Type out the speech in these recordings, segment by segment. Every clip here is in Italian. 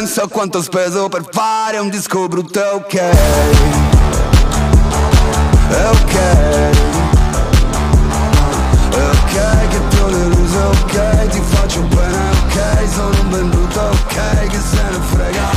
penso a quanto ho speso per fare un disco brutto. È ok, è ok, è ok che ti ho deluso, è ok, ti faccio bene, è ok, sono un ben brutto, è ok, che se ne frega.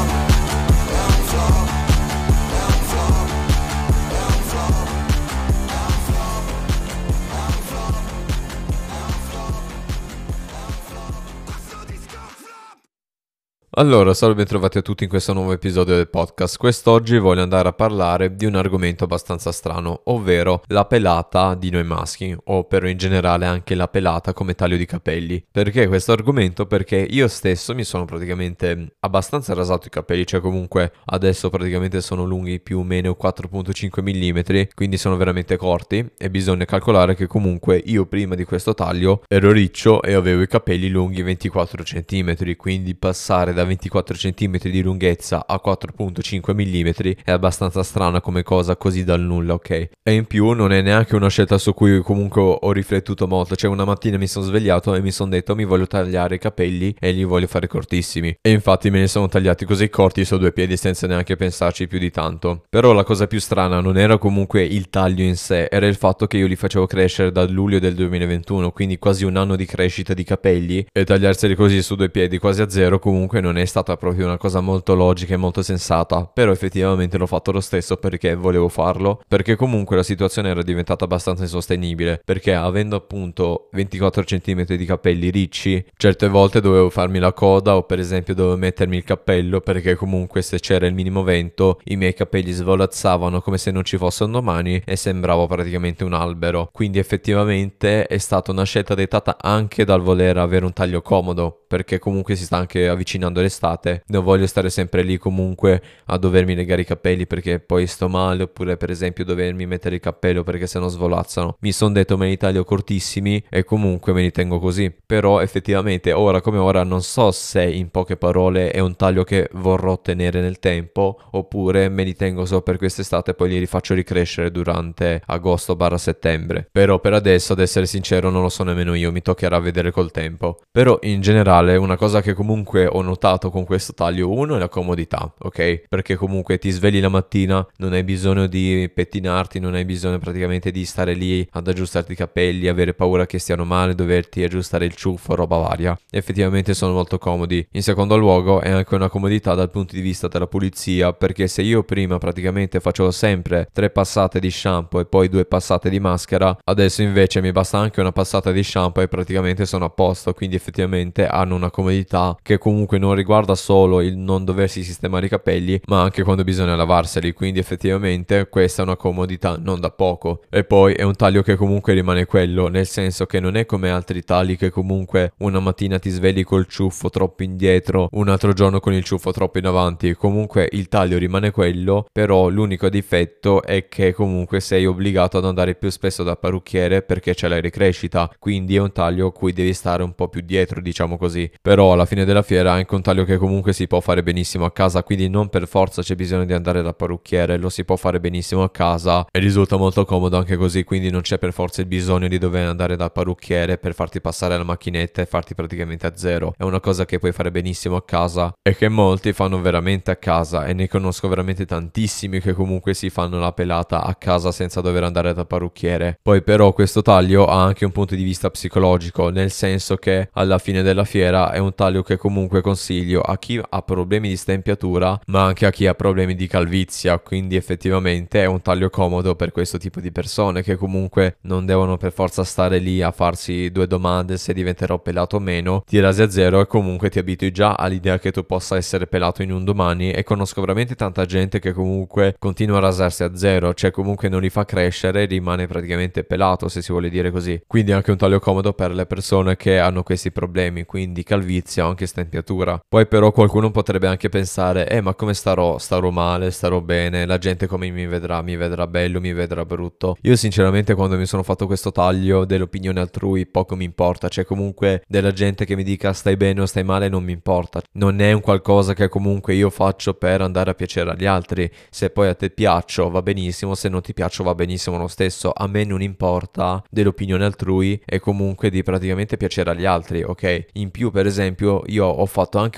Allora, salve e bentrovati a tutti in questo nuovo episodio del podcast. Quest'oggi voglio andare a parlare di un argomento abbastanza strano, ovvero la pelata di noi maschi, o però in generale anche la pelata come taglio di capelli. Perché questo argomento? Perché io stesso mi sono praticamente abbastanza rasato i capelli, cioè comunque adesso praticamente sono lunghi più o meno 4,5 mm, quindi sono veramente corti e bisogna calcolare che comunque io prima di questo taglio ero riccio e avevo i capelli lunghi 24 cm, quindi passare da 24 cm di lunghezza a 4,5 mm è abbastanza strana come cosa così dal nulla, ok? E in più non è neanche una scelta su cui comunque ho riflettuto molto, cioè una mattina mi sono svegliato e mi sono detto mi voglio tagliare i capelli e li voglio fare cortissimi, e infatti me ne sono tagliati così corti su due piedi senza neanche pensarci più di tanto. Però la cosa più strana non era comunque il taglio in sé, era il fatto che io li facevo crescere da luglio del 2021, quindi quasi un anno di crescita di capelli, e tagliarseli così su due piedi quasi a zero comunque non è stata proprio una cosa molto logica e molto sensata. Però effettivamente l'ho fatto lo stesso perché volevo farlo, perché comunque la situazione era diventata abbastanza insostenibile, perché avendo appunto 24 cm di capelli ricci, certe volte dovevo farmi la coda o per esempio dovevo mettermi il cappello, perché comunque se c'era il minimo vento i miei capelli svolazzavano come se non ci fosse un domani e sembravo praticamente un albero. Quindi effettivamente è stata una scelta dettata anche dal voler avere un taglio comodo, perché comunque si sta anche avvicinando l'estate, non voglio stare sempre lì comunque a dovermi legare i capelli perché poi sto male, oppure per esempio dovermi mettere il cappello perché sennò svolazzano. Mi sono detto me li taglio cortissimi e comunque me li tengo così. Però effettivamente ora come ora non so se in poche parole è un taglio che vorrò tenere nel tempo oppure me li tengo solo per quest'estate e poi li rifaccio ricrescere durante agosto/settembre. Però per adesso, ad essere sincero, non lo so nemmeno io, mi toccherà vedere col tempo. Però in generale una cosa che comunque ho notato con questo taglio, uno, è la comodità, ok? Perché comunque ti svegli la mattina, non hai bisogno di pettinarti, non hai bisogno praticamente di stare lì ad aggiustarti i capelli, avere paura che stiano male, doverti aggiustare il ciuffo, roba varia. Effettivamente sono molto comodi. In secondo luogo è anche una comodità dal punto di vista della pulizia, perché se io prima praticamente facevo sempre 3 passate di shampoo e poi 2 passate di maschera, adesso invece mi basta anche una passata di shampoo e praticamente sono a posto. Quindi effettivamente hanno una comodità che comunque non riguarda solo il non doversi sistemare i capelli, ma anche quando bisogna lavarseli. Quindi effettivamente questa è una comodità non da poco. E poi è un taglio che comunque rimane quello, nel senso che non è come altri tagli che comunque una mattina ti svegli col ciuffo troppo indietro, un altro giorno con il ciuffo troppo in avanti. Comunque il taglio rimane quello, però l'unico difetto è che comunque sei obbligato ad andare più spesso dal parrucchiere perché c'è la ricrescita, quindi è un taglio a cui devi stare un po' più dietro, diciamo così. Però alla fine della fiera è anche un taglio che comunque si può fare benissimo a casa, quindi non per forza c'è bisogno di andare dal parrucchiere, lo si può fare benissimo a casa e risulta molto comodo anche così, quindi non c'è per forza il bisogno di dover andare dal parrucchiere per farti passare la macchinetta e farti praticamente a zero. È una cosa che puoi fare benissimo a casa e che molti fanno veramente a casa, e ne conosco veramente tantissimi che comunque si fanno la pelata a casa senza dover andare dal parrucchiere. Poi però questo taglio ha anche un punto di vista psicologico, nel senso che alla fine della fiera è un taglio che comunque consiglio a chi ha problemi di stempiatura, ma anche a chi ha problemi di calvizia. Quindi effettivamente è un taglio comodo per questo tipo di persone che comunque non devono per forza stare lì a farsi due domande se diventerò pelato o meno. Ti rasi a zero e comunque ti abitui già all'idea che tu possa essere pelato in un domani, e conosco veramente tanta gente che comunque continua a rasarsi a zero, cioè comunque non li fa crescere e rimane praticamente pelato, se si vuole dire così. Quindi è anche un taglio comodo per le persone che hanno questi problemi, quindi calvizia o anche stempiatura. Poi però qualcuno potrebbe anche pensare ma come starò? Starò male? Starò bene? La gente come mi vedrà? Mi vedrà bello? Mi vedrà brutto? Io sinceramente quando mi sono fatto questo taglio dell'opinione altrui poco mi importa, cioè comunque della gente che mi dica stai bene o stai male non mi importa. Non è un qualcosa che comunque io faccio per andare a piacere agli altri. Se poi a te piaccio va benissimo, se non ti piaccio va benissimo lo stesso. A me non importa dell'opinione altrui e comunque di praticamente piacere agli altri, ok? In più per esempio io ho fatto anche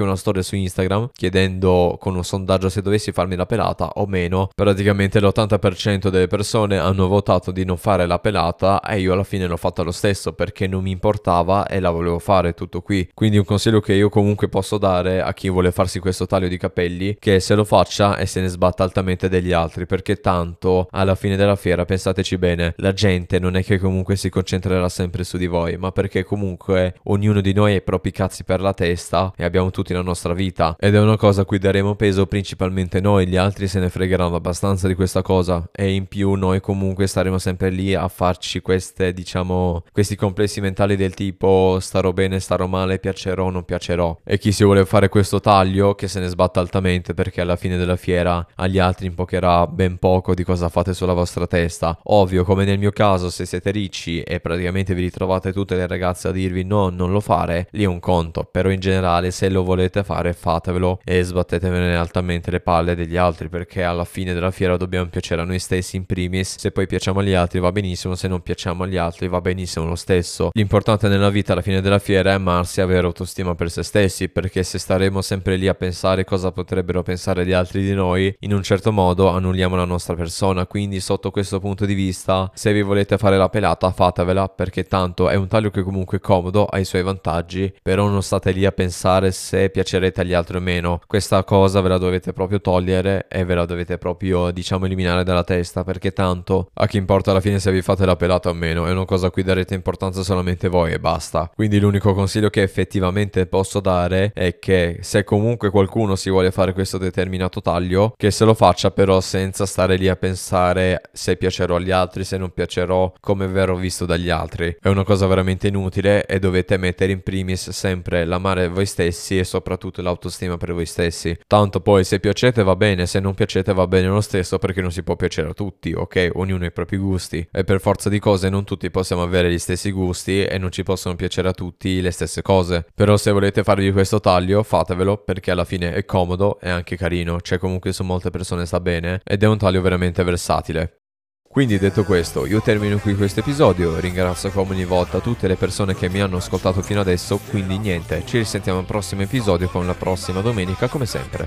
anche una storia su Instagram chiedendo con un sondaggio se dovessi farmi la pelata o meno. Praticamente l'80% delle persone hanno votato di non fare la pelata e io alla fine l'ho fatta lo stesso perché non mi importava e la volevo fare, tutto qui. Quindi un consiglio che io comunque posso dare a chi vuole farsi questo taglio di capelli, che se lo faccia e se ne sbatta altamente degli altri, perché tanto alla fine della fiera, pensateci bene, la gente non è che comunque si concentrerà sempre su di voi, ma perché comunque ognuno di noi ha i propri cazzi per la testa e abbiamo tutti la nostra vita, ed è una cosa a cui daremo peso principalmente noi, gli altri se ne fregheranno abbastanza di questa cosa, e in più noi comunque staremo sempre lì a farci queste, diciamo, questi complessi mentali del tipo starò bene, starò male, piacerò o non piacerò. E chi si vuole fare questo taglio che se ne sbatta altamente, perché alla fine della fiera agli altri imporcherà ben poco di cosa fate sulla vostra testa. Ovvio, come nel mio caso, se siete ricci e praticamente vi ritrovate tutte le ragazze a dirvi no, non lo fare, lì è un conto, però in generale se lo volete fare fatevelo e sbattetevene altamente le palle degli altri, perché alla fine della fiera dobbiamo piacere a noi stessi in primis. Se poi piacciamo agli altri va benissimo, se non piacciamo agli altri va benissimo lo stesso. L'importante nella vita alla fine della fiera è amarsi e avere autostima per se stessi, perché se staremo sempre lì a pensare cosa potrebbero pensare gli altri di noi, in un certo modo annulliamo la nostra persona. Quindi sotto questo punto di vista, se vi volete fare la pelata fatevela, perché tanto è un taglio che comunque è comodo, ha i suoi vantaggi, però non state lì a pensare se piacerete agli altri o meno. Questa cosa ve la dovete proprio togliere e ve la dovete proprio, diciamo, eliminare dalla testa, perché tanto a chi importa alla fine se vi fate la pelata o meno, è una cosa a cui darete importanza solamente voi e basta. Quindi l'unico consiglio che effettivamente posso dare è che se comunque qualcuno si vuole fare questo determinato taglio, che se lo faccia però senza stare lì a pensare se piacerò agli altri, se non piacerò, come verrò visto dagli altri. È una cosa veramente inutile e dovete mettere in primis sempre l'amare voi stessi e soprattutto l'autostima per voi stessi. Tanto poi se piacete va bene, se non piacete va bene lo stesso, perché non si può piacere a tutti, ok? Ognuno ha i propri gusti e per forza di cose non tutti possiamo avere gli stessi gusti e non ci possono piacere a tutti le stesse cose. Però se volete farvi questo taglio fatevelo, perché alla fine è comodo e anche carino, cioè comunque su molte persone sta bene ed è un taglio veramente versatile. Quindi detto questo, io termino qui questo episodio, ringrazio come ogni volta tutte le persone che mi hanno ascoltato fino adesso, quindi niente, ci risentiamo al prossimo episodio con la prossima domenica come sempre.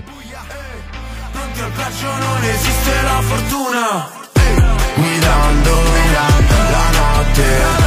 Non ti abbraccio, non esiste la fortuna, guidando la notte.